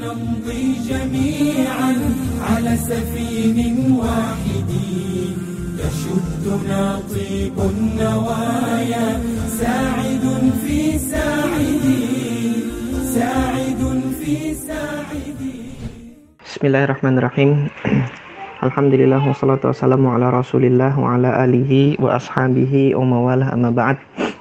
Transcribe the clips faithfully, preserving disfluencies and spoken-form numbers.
نمضي جميعا على سفين واحد يشدنا طيب النوايا ساعد في ساعد ساعد في ساعد. Bismillahirrahmanirrahim. Alhamdulillah wassalatu wassalamu ala rasulillah wa ala alihi wa ashabihi wa mawalah amma ba'd.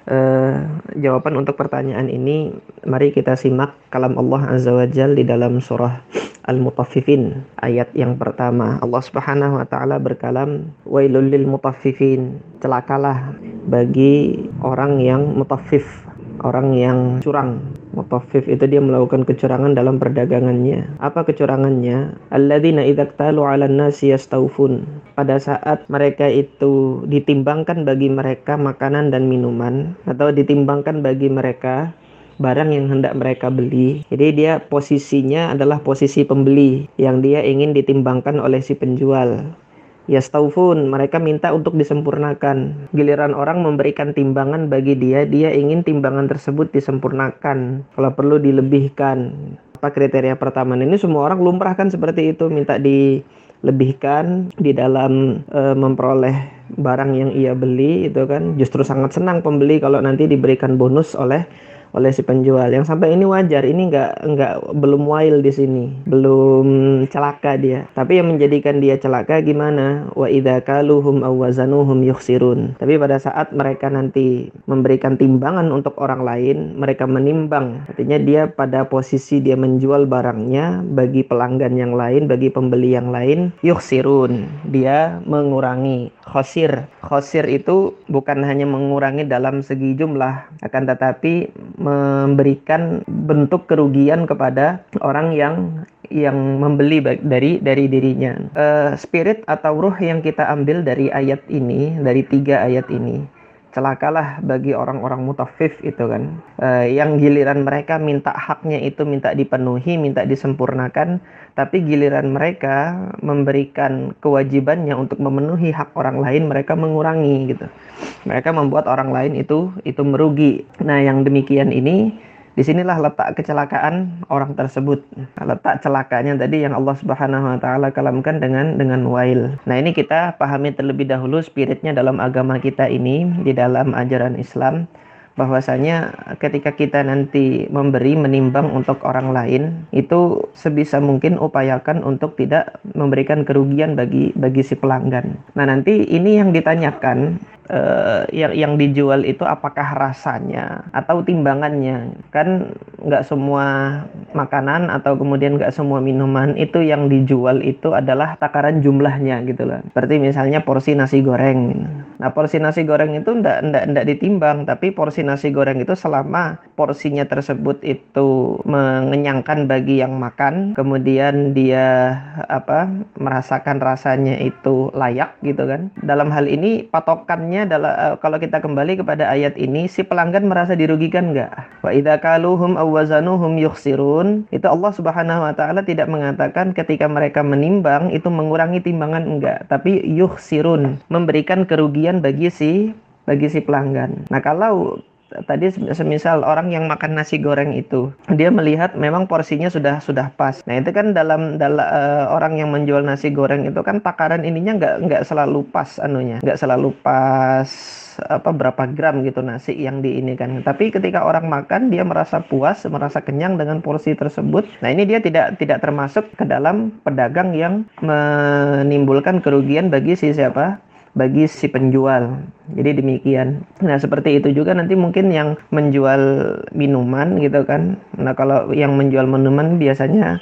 Uh, jawaban untuk pertanyaan ini, mari kita simak kalam Allah Azza wa Jal di dalam surah Al-Mutaffifin ayat yang pertama. Allah Subhanahu wa taala berkalam, wailul lil mutaffifin, celakalah bagi orang yang mutaffif, orang yang curang. Mutaffif itu dia melakukan kecurangan dalam perdagangannya. Apa kecurangannya? Alladzina idza iktalu 'alan nasi yastawfun. Pada saat mereka itu ditimbangkan bagi mereka makanan dan minuman, atau ditimbangkan bagi mereka barang yang hendak mereka beli. Jadi dia posisinya adalah posisi pembeli yang dia ingin ditimbangkan oleh si penjual. Yastaufun, mereka minta untuk disempurnakan. Giliran orang memberikan timbangan bagi dia, dia ingin timbangan tersebut disempurnakan, kalau perlu dilebihkan. Apa kriteria pertama? Ini semua orang lumrahkan seperti itu, minta dilebihkan di dalam e, memperoleh barang yang ia beli, itu kan. Justru sangat senang pembeli kalau nanti diberikan bonus oleh oleh si penjual. Yang sampai ini wajar, ini nggak nggak belum wail di sini, belum celaka dia. Tapi yang menjadikan dia celaka gimana? Wa idza kaluhum aw wazanuhum yukhsirun. Tapi pada saat mereka nanti memberikan timbangan untuk orang lain, mereka menimbang. Artinya dia pada posisi dia menjual barangnya bagi pelanggan yang lain, bagi pembeli yang lain, yukhsirun. Dia mengurangi. Khosir. Khosir itu bukan hanya mengurangi dalam segi jumlah, akan tetapi memberikan bentuk kerugian kepada orang yang yang membeli dari dari dirinya. Uh, spirit atau ruh yang kita ambil dari ayat ini, dari tiga ayat ini, celakalah bagi orang-orang mutaffif itu kan, uh, yang giliran mereka minta haknya itu minta dipenuhi, minta disempurnakan, tapi giliran mereka memberikan kewajibannya untuk memenuhi hak orang lain, mereka mengurangi gitu. Mereka membuat orang lain itu itu merugi. Nah, yang demikian ini, disinilah letak kecelakaan orang tersebut. Letak celakanya tadi yang Allah Subhanahu wa taala kalamkan dengan dengan wail. Nah, ini kita pahami terlebih dahulu spiritnya dalam agama kita ini, di dalam ajaran Islam, bahwasanya ketika kita nanti memberi, menimbang untuk orang lain, itu sebisa mungkin upayakan untuk tidak memberikan kerugian bagi bagi si pelanggan. Nah, nanti ini yang ditanyakan, Uh, yang yang dijual itu apakah rasanya atau timbangannya. Kan nggak semua makanan atau kemudian nggak semua minuman itu yang dijual itu adalah takaran jumlahnya gitu loh. Seperti misalnya porsi nasi goreng. Nah, porsi nasi goreng itu ndak ndak ndak ditimbang, tapi porsi nasi goreng itu selama porsinya tersebut itu mengenyangkan bagi yang makan, kemudian dia apa merasakan rasanya itu layak gitu kan. Dalam hal ini patokannya adalah, uh, kalau kita kembali kepada ayat ini, si pelanggan merasa dirugikan enggak? Wa idza kaluhum aw wazanuhum yukhsirun. Itu Allah Subhanahu wa taala tidak mengatakan ketika mereka menimbang itu mengurangi timbangan, enggak, tapi yukhsirun, memberikan kerugian bagi si bagi si pelanggan. Nah, kalau tadi semisal orang yang makan nasi goreng itu, dia melihat memang porsinya sudah sudah pas. Nah, itu kan dalam dalam uh, orang yang menjual nasi goreng itu kan takaran ininya nggak nggak selalu pas anunya, nggak selalu pas apa berapa gram gitu nasi yang di ini kan. Tapi ketika orang makan, dia merasa puas, merasa kenyang dengan porsi tersebut. Nah, ini dia tidak tidak termasuk ke dalam pedagang yang menimbulkan kerugian bagi si siapa? Bagi si penjual. Jadi demikian. Nah, seperti itu juga nanti mungkin yang menjual minuman gitu kan. Nah, kalau yang menjual minuman biasanya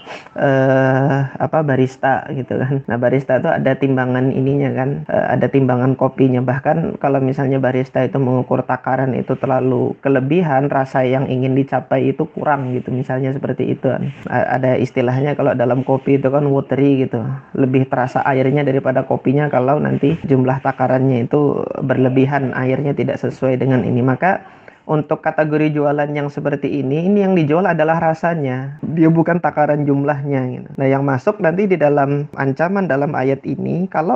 eh, apa barista gitu kan. Nah, barista itu ada timbangan ininya kan, eh, ada timbangan kopinya. Bahkan kalau misalnya barista itu mengukur takaran itu terlalu kelebihan, rasa yang ingin dicapai itu kurang gitu. Misalnya seperti itu kan. Ada istilahnya kalau dalam kopi itu kan watery gitu. Lebih terasa airnya daripada kopinya kalau nanti jumlah takarannya itu berlebihan, airnya tidak sesuai dengan ini. Maka untuk kategori jualan yang seperti ini, ini yang dijual adalah rasanya, dia bukan takaran jumlahnya gitu. Nah, yang masuk nanti di dalam ancaman dalam ayat ini, kalau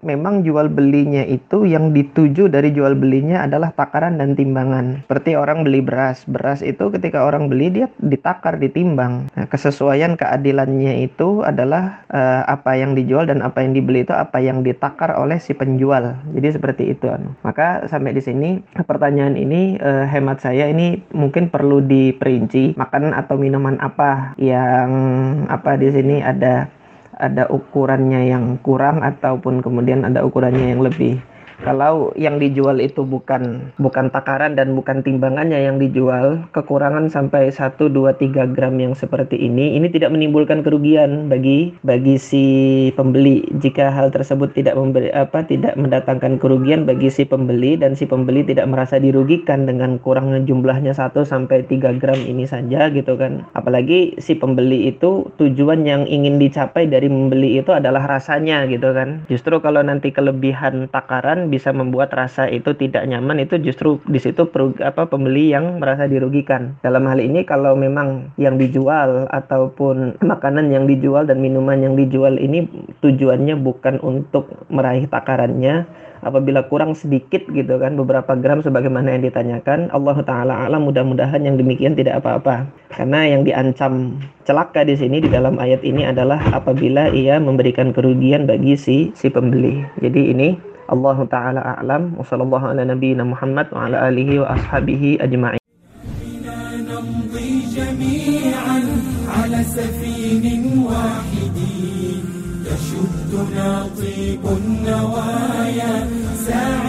memang jual belinya itu yang dituju dari jual belinya adalah takaran dan timbangan. Seperti orang beli beras. Beras itu ketika orang beli dia ditakar, ditimbang. Nah, kesesuaian keadilannya itu adalah uh, apa yang dijual dan apa yang dibeli itu apa yang ditakar oleh si penjual. Jadi seperti itu. Maka sampai di sini pertanyaan ini uh, hemat saya ini mungkin perlu diperinci. Makanan atau minuman apa yang apa di sini ada ada ukurannya yang kurang ataupun kemudian ada ukurannya yang lebih. Kalau yang dijual itu bukan bukan takaran dan bukan timbangannya yang dijual, kekurangan sampai satu, dua, tiga gram yang seperti ini, ini tidak menimbulkan kerugian bagi bagi si pembeli. Jika hal tersebut tidak memberi apa tidak mendatangkan kerugian bagi si pembeli dan si pembeli tidak merasa dirugikan dengan kurangnya jumlahnya satu sampai tiga gram ini saja gitu kan. Apalagi si pembeli itu tujuan yang ingin dicapai dari membeli itu adalah rasanya gitu kan. Justru kalau nanti kelebihan takaran bisa membuat rasa itu tidak nyaman, itu justru di situ per, apa pembeli yang merasa dirugikan. Dalam hal ini kalau memang yang dijual ataupun makanan yang dijual dan minuman yang dijual ini tujuannya bukan untuk meraih takarannya, apabila kurang sedikit gitu kan beberapa gram sebagaimana yang ditanyakan, Allah taala alam, mudah-mudahan yang demikian tidak apa-apa. Karena yang diancam celaka di sini di dalam ayat ini adalah apabila ia memberikan kerugian bagi si si pembeli. Jadi ini Allah taala a'lam wa sallallahu ala nabiyyina Muhammad wa ala alihi wa ashabihi ajma'in. نمضي جميعا على سفين واحد يشدنا طيب النوايا